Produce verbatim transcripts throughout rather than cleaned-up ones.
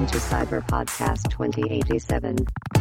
to Cyber Podcast twenty eighty-seven。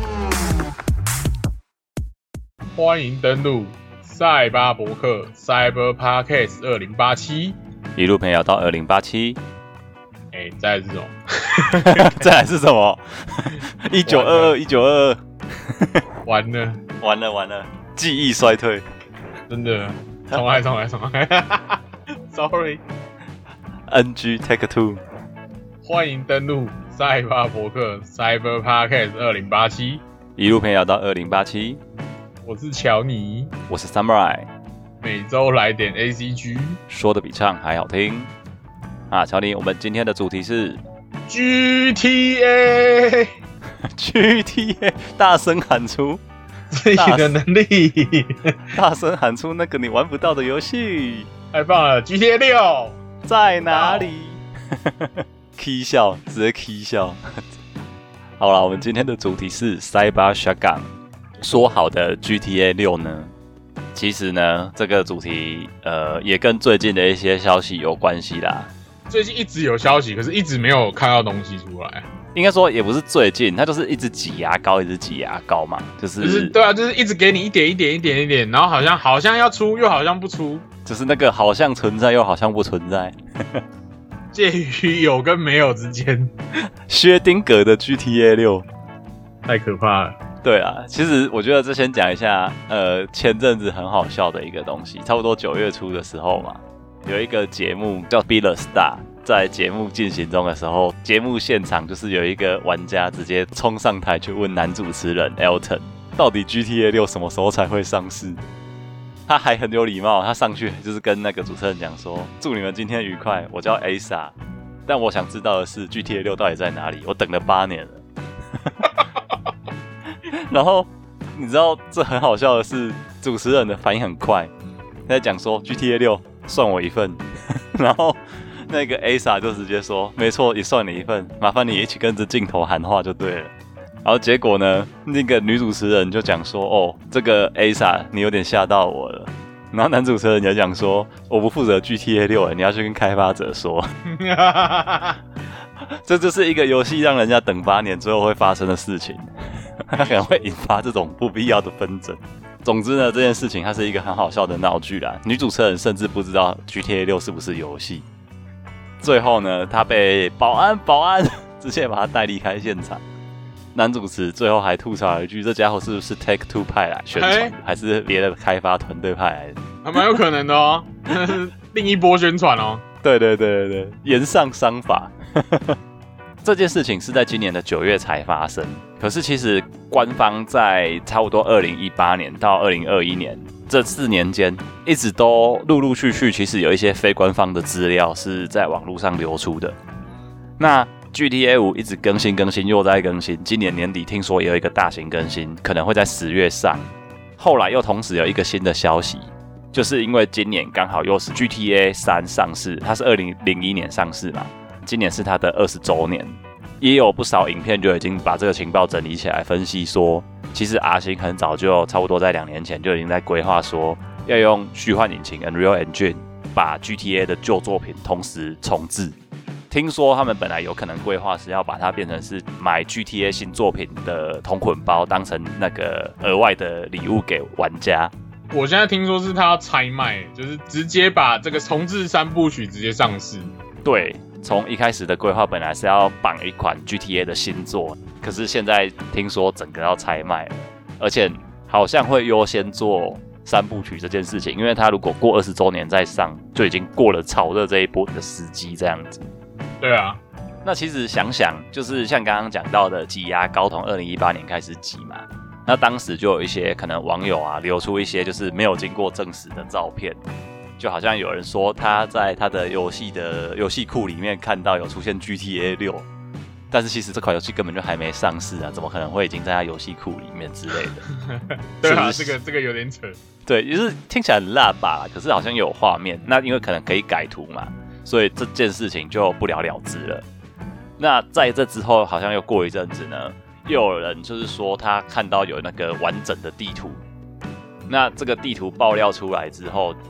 欢迎登录赛巴博客 Cyber Podcast 二零八七， 一路陪聊到二零八七。 哎，再来是什么？ 再来是什么？一九二二，一九二二。 完了， 完了，完了，记忆衰退， 真的，重来，重来，重来。Sorry。N G Take Two。 欢迎登录赛巴博客 Cyber Podcast 二零八七， 一路陪聊到二零八七。 我是乔尼， 我是 Samurai。 每周来点 A C G， 说的比唱还好听。啊，乔尼，我们今天的主题是 G T A。 G T A， 大声喊出自己的能力， 大声喊出那个你玩不到的游戏， 太棒了 ！G T A 六在哪里？K 笑，直接 K 笑。好啦，我们今天的主题是 Cyber Shotgun。说好的 G T A 六呢？其实呢，这个主题呃也跟最近的一些消息有关系啦。 最近一直有消息，可是一直没有看到东西出来。 应该说也不是最近，它就是一直挤牙膏，一直挤牙膏嘛，就是就是对啊，就是一直给你一点一点一点一点，然后好像好像要出，又好像不出， 就是那个好像存在又好像不存在， 介于有跟没有之间。 薛丁格的 G T A 六， 太可怕了。 对啊，其实我觉得这先讲一下，呃，前阵子很好笑的一个东西，差不多九月初的时候嘛，有一个节目叫 Be the Star。在节目进行中的时候，节目现场就是有一个玩家直接冲上台去问男主持人 Elton， 到底 G T A 六什么时候才会上市？他还很有礼貌，他上去就是跟那个主持人讲说：“祝你们今天愉快，我叫 Asa， 但我想知道的是 G T A 六到底在哪里？我等了八年了。”然后你知道这很好笑的是，主持人的反应很快，他在讲说 G T A 六算我一份，然后。那个 Asa 就直接说：“没错，也算你一份，麻烦你一起跟着镜头喊话就对了。”然后结果呢，那个女主持人就讲说：“哦，这个 Asa 你有点吓到我了。”然后男主持人也讲说：“我不负责 G T A 六，你要去跟开发者说。”这就是一个游戏让人家等八年之后会发生的事情，它可能会引发这种不必要的纷争。总之呢，这件事情它是一个很好笑的闹剧啦。女主持人甚至不知道 G T A 六是不是游戏。最后呢，他被保安保安直接把他带离开现场。男主持最后还吐槽了一句：“这家伙是不是 Take Two 派来宣传的，还是别的开发团队派来的？” 还蛮有可能的哦，另一波宣传哦。 对对对对对，言上商法。这件事情是在今年的九月才发生，可是其实官方在差不多二零一八年到二零二一年。这四年间，一直都陆陆续续，其实有一些非官方的资料是在网络上流出的。那 G T A 五一直更新更新又在更新，今年年底听说也有一个大型更新，可能会在十月上。后来又同时有一个新的消息，就是因为今年刚好又是 G T A 三上市，它是二零零一年上市嘛，今年是它的二十周年，也有不少影片就已经把这个情报整理起来，分析说。其实 R 星很早就差不多在两年前就已经在规划说要用虚幻引擎 Unreal Engine 把 G T A 的旧作品同时重置。听说他们本来有可能规划是要把它变成是买 G T A 新作品的同捆包，当成那个额外的礼物给玩家。 我现在听说是他要拆卖，就是直接把这个重置三部曲直接上市。 对。从一开始的规划本来是要绑一款 G T A 的新作，可是现在听说整个要拆卖了，而且好像会优先做三部曲这件事情，因为它如果过二十周年再上，就已经过了炒热这一波的时机这样子。 对啊， 那其实想想，就是像刚刚讲到的挤牙膏，从二零一八年开始挤嘛，那当时就有一些可能网友啊流出一些就是没有经过证实的照片。就好像有人说他在他的游戏的游戏库里面看到有出现 G T A 六，但是其实这款游戏根本就还没上市啊，怎么可能会已经在他游戏库里面之类的？ 对啊，这个这个有点扯。 对，就是听起来很辣吧，可是好像有画面，那因为可能可以改图嘛，所以这件事情就不了了之了。那在这之后，好像又过一阵子呢，又有人就是说他看到有那个完整的地图，那这个地图爆料出来之后。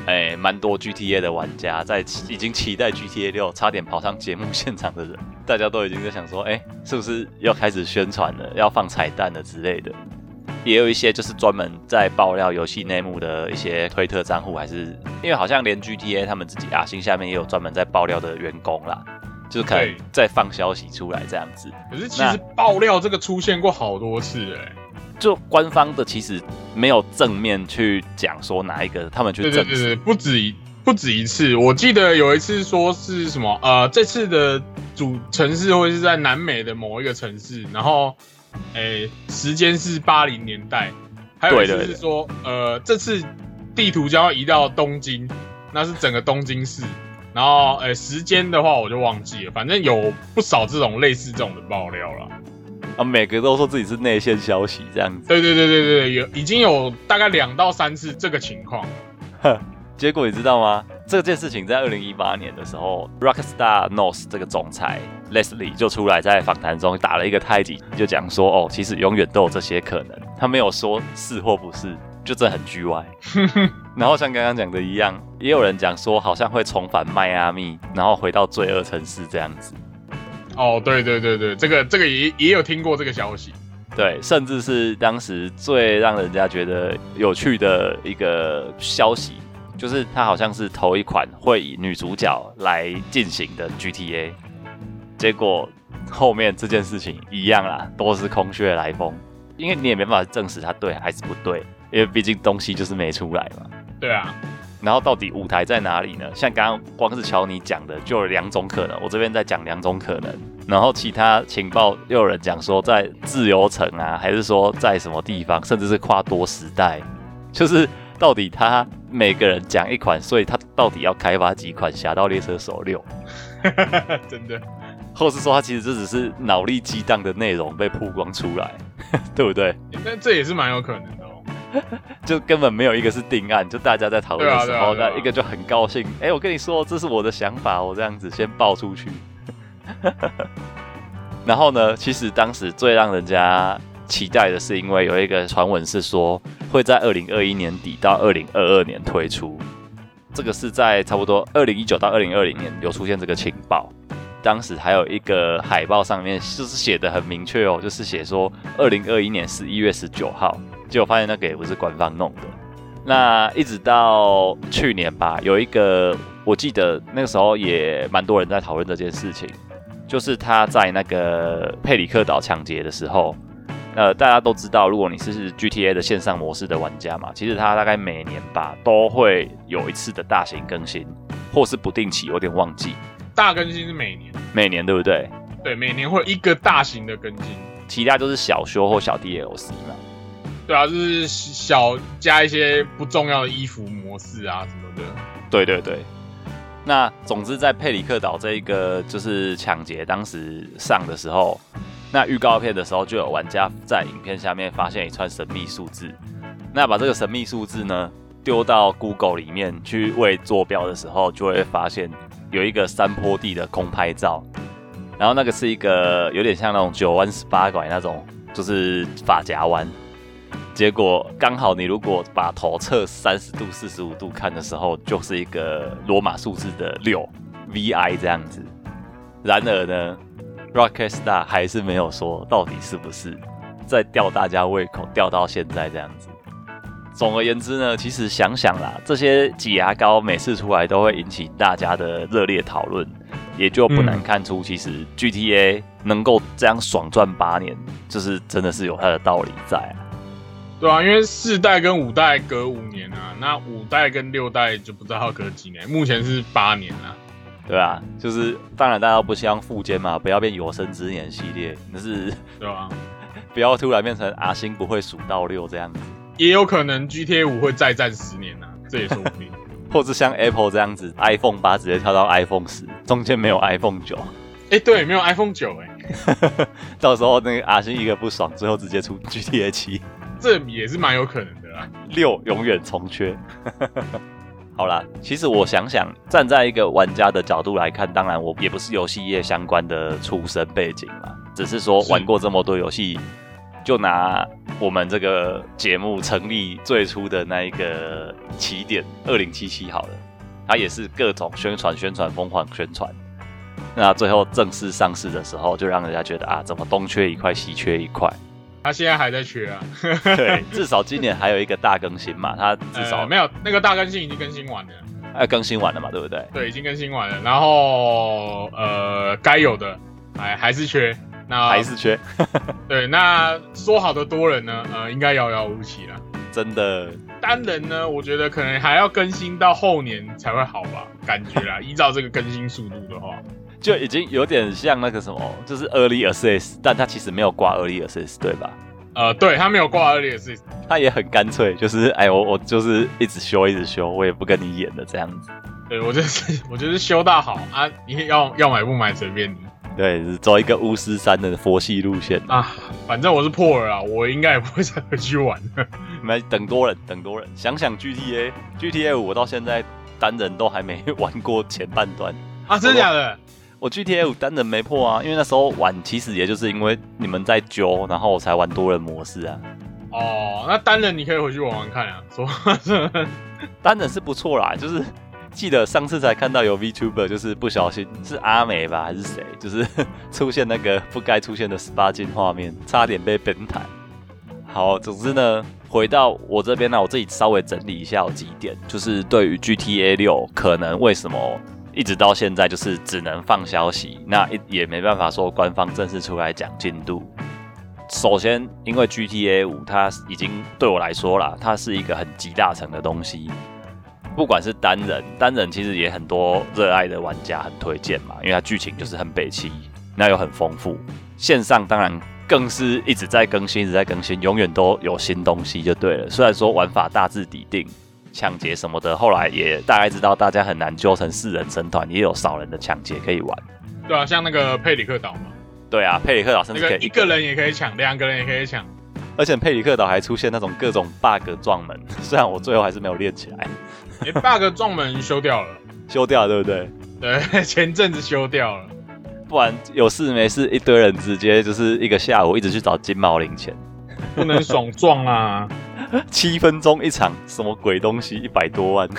哎，蛮多 G T A 的玩家在已经期待 G T A 六，差点跑上节目现场的人，大家都已经在想说，哎，是不是要开始宣传了，要放彩蛋了之类的。也有一些就是专门在爆料游戏内幕的一些推特账户，还是因为好像连 G T A 他们自己阿星下面也有专门在爆料的员工啦，就是可能在放消息出来这样子。 可是其实爆料这个出现过好多次哎、欸， 就官方的其实没有正面去讲说哪一个他们去证实， 对对对对，不止一不止一次。我记得有一次说是什么呃，这次的主城市会是在南美的某一个城市，然后。诶，时间是八零年代，还有一次是说，对对对呃，这次地图将要移到东京，那是整个东京市。然后，诶，时间的话我就忘记了，反正有不少这种类似这种的爆料啦。 啊，每个都说自己是内线消息这样子。 对对对对对，有已经有大概两到三次这个情况。 结果你知道吗？这件事情在二零一八年的时候 ，Rockstar North 这个总裁 Leslie 就出来在访谈中打了一个太极，就讲说哦，其实永远都有这些可能，他没有说是或不是，就这很 G Y。然后像刚刚讲的一样，也有人讲说好像会重返迈阿密，然后回到罪恶城市这样子。 哦，对对对对，这个这个也也有听过这个消息。 对，甚至是当时最让人家觉得有趣的一个消息。就是它好像是头一款会以女主角来进行的 G T A， 结果后面这件事情一样啦，都是空穴来风，因为你也没办法证实它对还是不对，因为毕竟东西就是没出来嘛。 对啊。 然后到底舞台在哪里呢？像刚刚光是乔尼讲的就有两种可能，我这边在讲两种可能，然后其他情报又有人讲说在自由城啊，还是说在什么地方，甚至是跨多时代，就是到底他每个人讲一款，所以他到底要开发几款《侠盗猎车手六》？ 真的， 或是说他其实这只是脑力激荡的内容被曝光出来，对不对？ 但这也是蛮有可能的哦。 就根本没有一个是定案，就大家在讨论的时候，那、啊啊啊、一个就很高兴，哎、欸，我跟你说，这是我的想法，我这样子先爆出去。然后呢，其实当时最让人家期待的是，因为有一个传闻是说会在二零二一年底到二零二二年推出，这个是在差不多二零一九到二零二零年有出现这个情报。当时还有一个海报上面就是写的很明确哦，就是写说二零二一年十一月十九号，结果发现那个也不是官方弄的。那一直到去年吧，有一个我记得那个时候也蛮多人在讨论这件事情，就是他在那个佩里克岛抢劫的时候。呃，大家都知道，如果你是 G T A 的线上模式的玩家嘛，其实它大概每年吧都会有一次的大型更新，或是不定期，有点忘记。 大更新是每年， 每年对不对？ 对，每年会有一个大型的更新， 其他都是小修或小 D L C 嘛。 对啊，就是小加一些不重要的衣服模式啊什么的。 对对对。那总之，在佩里克岛这一个就是抢劫当时上的时候。那预告片的时候，就有玩家在影片下面发现一串神秘数字。那把这个神秘数字呢丢到 Google 里面去为坐标的时候，就会发现有一个山坡地的空拍照。然后那个是一个有点像那种九弯十八拐那种，就是发夹弯。结果刚好你如果把头侧三十度、四十五度看的时候，就是一个罗马数字的六 V I 这样子。然而呢，Rockstar 还是没有说到底是不是在吊大家胃口，吊到现在这样子。总而言之呢，其实想想啦，这些挤牙膏每次出来都会引起大家的热烈讨论，也就不难看出，其实 G T A 能够这样爽赚八年，就是真的是有它的道理在啊。 对啊，因为四代跟五代隔五年啊，那五代跟六代就不知道隔几年，目前是八年啊。 对啊，就是当然大家都不希望复健嘛，不要变有生之年系列，但是对啊， 不要突然变成阿星不会数到六这样子。 也有可能 G T A 五会再战十年啊，这也说不定。 或是像 Apple 这样子 ，iPhone 八直接跳到 iPhone 十，中间没有 iPhone 九。 哎、欸，对，没有 iPhone 九哎。 到时候那个阿星一个不爽，最后直接出 G T A 七， 这也是蛮有可能的啦。 六永远重缺。好啦，其实我想想，站在一个玩家的角度来看，当然我也不是游戏业相关的出身背景嘛，只是说玩过这么多游戏， 就拿我们这个节目成立最初的那一个起点二零七七好了，它也是各种宣传宣传疯狂宣传，那最后正式上市的时候，就让人家觉得啊，怎么东缺一块西缺一块。 他现在还在缺啊， 对，至少今年还有一个大更新嘛，他至少、 呃、没有那个大更新已经更新完了， 哎，更新完了嘛，对不对？ 对，已经更新完了，然后呃，该有的还还是缺，那还是缺， 对，那说好的多人呢，呃，应该遥遥无期了， 真的。 单人呢，我觉得可能还要更新到后年才会好吧，感觉啦，依照这个更新速度的话。 就已经有点像那个什么，就是 Early Access， 但它其实没有挂 Early Access， 对吧？ 呃，对，它没有挂 Early Access， 它也很干脆，就是哎，我我就是一直修一直修，我也不跟你演的这样子。 对，我就是我就是修到好啊，你要要买不买随便你。 对，走一个巫师三的佛系路线啊，反正我是破了啊，我应该也不会再回去玩了。 没等多人，等多人，想想 G T A，G T A 五我到现在单人都还没玩过前半段啊，真的假的？ 我 G T A 五单人没破啊，因为那时候玩其实也就是因为你们在揪，然后我才玩多人模式啊。 哦，那单人你可以回去玩玩看啊。说单人是不错啦，就是记得上次才看到有 VTuber 就是不小心是阿美吧还是谁，就是出现那个不该出现的十八禁画面，差点被 ban 台。好，总之呢，回到我这边呢，我自己稍微整理一下有几点，就是对于 G T A 六可能为什么一直到现在就是只能放消息，那也没办法说官方正式出来讲进度。首先，因为 G T A 五它已经对我来说啦，它是一个很集大成的东西，不管是单人，单人其实也很多热爱的玩家很推荐嘛，因为它剧情就是很北七，那又很丰富。线上当然更是一直在更新，一直在更新，永远都有新东西就对了。虽然说玩法大致底定。抢劫什么的，后来也大概知道，大家很难揪成四人成团，也有少人的抢劫可以玩。 对啊，像那个佩里克岛嘛。 对啊，佩里克岛甚至可以、 那个、一个人也可以抢，两个人也可以抢。 而且佩里克岛还出现那种各种 bug 撞门，虽然我最后还是没有练起来。 欸、bug 撞门修掉了， 修掉了对不对？ 对，前阵子修掉了。 不然有事没事，一堆人直接就是一个下午一直去找金毛领钱。 不能爽撞啊！ 七分钟一场，什么鬼东西，一百多万。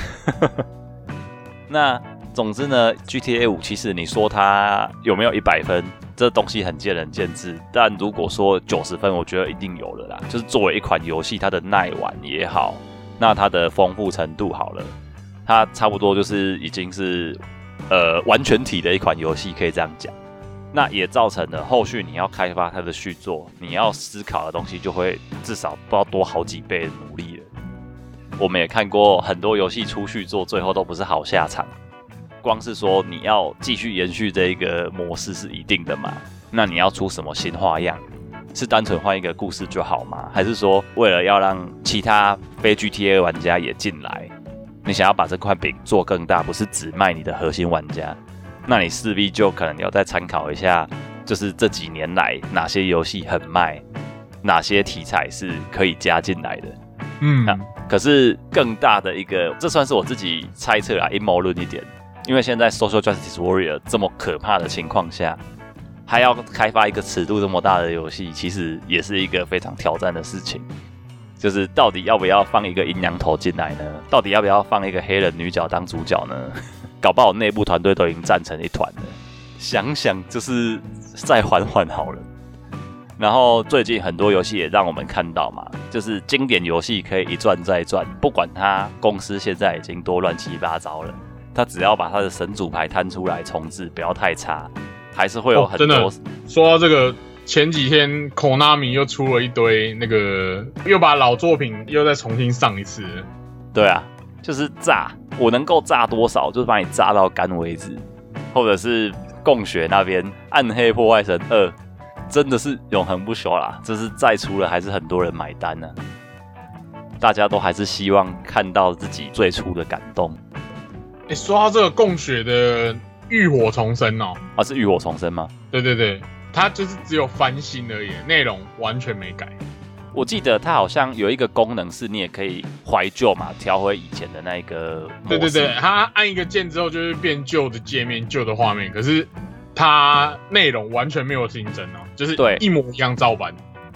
那总之呢 ，G T A 五其实你说它有没有一百分，这东西很见仁见智。但如果说九十分，我觉得一定有了啦。就是作为一款游戏，它的耐玩也好，那它的丰富程度好了，它差不多就是已经是呃完全体的一款游戏，可以这样讲。那也造成了后续你要开发它的续作，你要思考的东西就会至少不知道多好几倍的努力了。我们也看过很多游戏出续作，最后都不是好下场。光是说你要继续延续这一个模式是一定的嘛？那你要出什么新花样？是单纯换一个故事就好吗？还是说为了要让其他非 G T A 玩家也进来，你想要把这块饼做更大，不是只卖你的核心玩家？那你势必就可能要再参考一下，就是这几年来哪些游戏很卖，哪些题材是可以加进来的。 嗯， 可是更大的一个，这算是我自己猜测啦，阴谋论一点。因为现在 Social Justice Warrior 这么可怕的情况下，还要开发一个尺度这么大的游戏，其实也是一个非常挑战的事情。就是到底要不要放一个阴阳头进来呢？到底要不要放一个黑人女角当主角呢？搞不好内部团队都已经站成一团了，想想就是再缓缓好了。然后最近很多游戏也让我们看到嘛，就是经典游戏可以一转再转，不管它公司现在已经多乱七八糟了，它只要把它的神主牌摊出来重置，不要太差，还是会有很多。 哦、真的说到这个，前几天 Konami 又出了一堆那个，又把老作品又再重新上一次。 对啊。就是炸，我能够炸多少，就是把你炸到干为止。或者是共学那边《暗黑破坏神二》，真的是永恒不朽啦。这是再出了，还是很多人买单呢、啊。大家都还是希望看到自己最初的感动。 欸、说到这个共学的浴火重生哦， 啊，是浴火重生吗？ 对对对，它就是只有翻新而已，内容完全没改。 我记得它好像有一个功能是你也可以怀旧嘛，调回以前的那个模式。 对对对，它按一个键之后就会变旧的界面、旧的画面，可是它内容完全没有新增哦，就是一模一样照搬。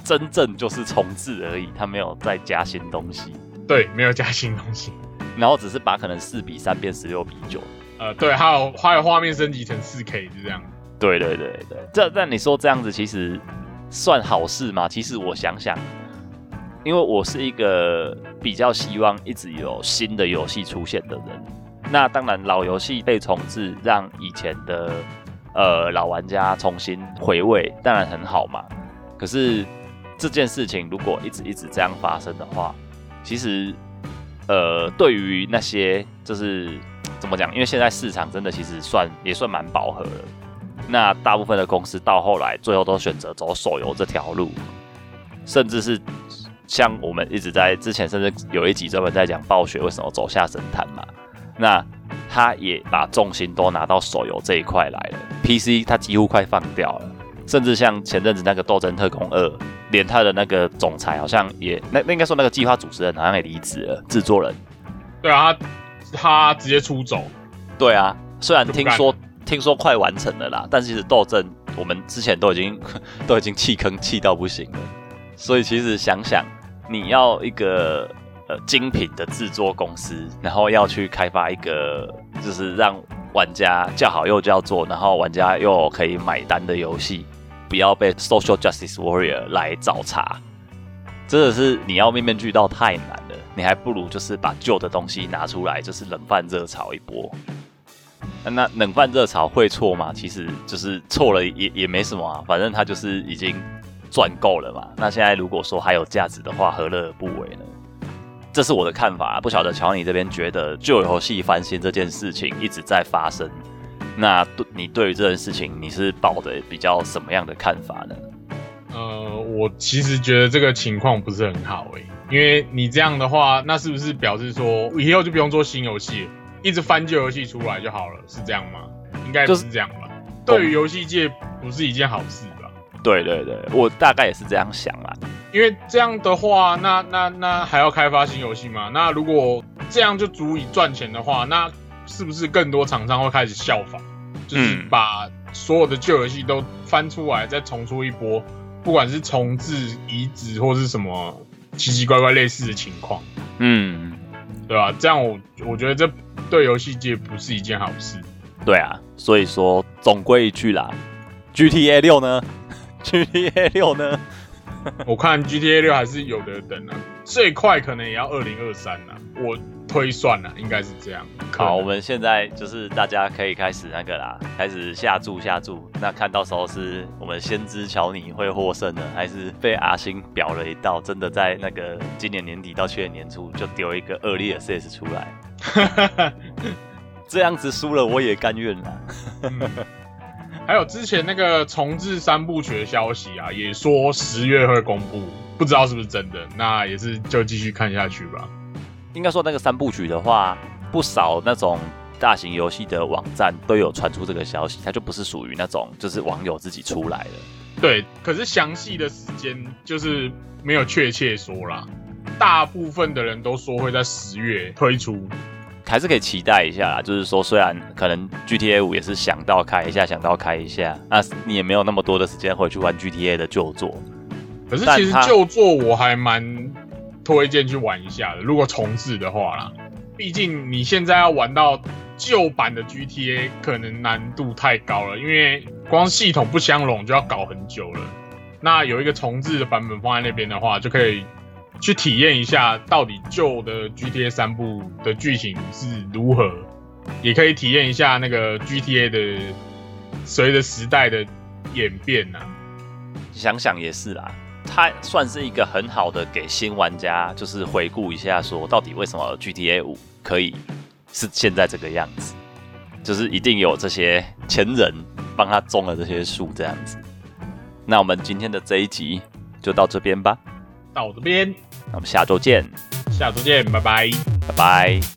真正就是重置而已，它没有再加新东西。 对，没有加新东西， 然后只是把可能四比三变十六比九。 呃，对，还有还有画面升级成四 K 就这样。 对对对对，这但你说这样子其实算好事吗？其实我想想，因为我是一个比较希望一直有新的游戏出现的人。那当然，老游戏被重置，让以前的呃老玩家重新回味，当然很好嘛。可是这件事情如果一直一直这样发生的话，其实呃对于那些就是怎么讲？因为现在市场真的其实算也算蛮饱和了。那大部分的公司到后来最后都选择走手游这条路，甚至是像我们一直在之前，甚至有一集专门在讲暴雪为什么走下神坛嘛。那他也把重心都拿到手游这一块来了 ，P C 他几乎快放掉了，甚至像前阵子那个《斗争特工二》，连他的那个总裁好像也那那应该说那个计划主持人好像也离职了，制作人。 对啊，他他直接出走。 对啊，虽然听说听说快完成了啦，但是其实斗争我们之前都已经都已经弃坑弃到不行了，所以其实想想你要一个。呃，精品的制作公司，然后要去开发一个就是让玩家叫好又叫座，然后玩家又可以买单的游戏，不要被 Social Justice Warrior 来找茬，真的是你要面面俱到太难了。你还不如就是把旧的东西拿出来，就是冷饭热炒一波。那冷饭热炒会错吗？其实就是错了也也没什么啊，反正它就是已经赚够了嘛。那现在如果说还有价值的话，何乐而不为呢？这是我的看法，不晓得乔尼这边觉得旧游戏翻新这件事情一直在发生，那你对于这件事情你是抱的比较什么样的看法呢？ 呃，我其实觉得这个情况不是很好诶，因为你这样的话，那是不是表示说以后就不用做新游戏了，一直翻旧游戏出来就好了？是这样吗？应该不是这样吧？就是、对于游戏界不是一件好事吧？对对对，我大概也是这样想啦。 因为这样的话，那那那还要开发新游戏吗？那如果这样就足以赚钱的话，那是不是更多厂商会开始效仿，就是把所有的旧游戏都翻出来，再重出一波，不管是重置、移植或是什么奇奇怪怪类似的情况，嗯，对吧？这样我我觉得这对游戏界不是一件好事。 对啊，所以说总归一句啦 ，G T A 六呢 ？G T A 六呢？ 我看 G T A 六还是有得等啊，最快可能也要二零二三啊，我推算啦，应该是这样。 好，我们现在就是大家可以开始那个啦，开始下注下注，那看到时候是我们先知乔尼会获胜呢，还是被阿星表了一道，真的在那个今年年底到去年年初就丢一个恶劣的 C S 出来，这样子输了我也甘愿啦。 嗯还有之前那个重置三部曲的消息啊，也说十月会公布，不知道是不是真的，那也是就继续看下去吧。 应该说那个三部曲的话，不少那种大型游戏的网站都有传出这个消息，它就不是属于那种就是网友自己出来的。 对，可是详细的时间就是没有确切说啦，大部分的人都说会在十月推出。 还是可以期待一下啦，就是说，虽然可能 G T A 五也是想到开一下，想到开一下，那你也没有那么多的时间回去玩 G T A 的旧作。 可是其实旧作我还蛮推荐去玩一下的，如果重置的话啦，毕竟你现在要玩到旧版的 G T A， 可能难度太高了，因为光系统不相容就要搞很久了。那有一个重置的版本放在那边的话，就可以去体验一下到底旧的 G T A 三部的剧情是如何，也可以体验一下那个 G T A 的随着时代的演变啊。 想想也是啦，它算是一个很好的给新玩家就是回顾一下，说到底为什么 G T A 五可以是现在这个样子，就是一定有这些前人帮他种了这些树这样子。那我们今天的这一集就到这边吧。 到这边， 那我们下周见。 下周见，拜拜， 拜拜。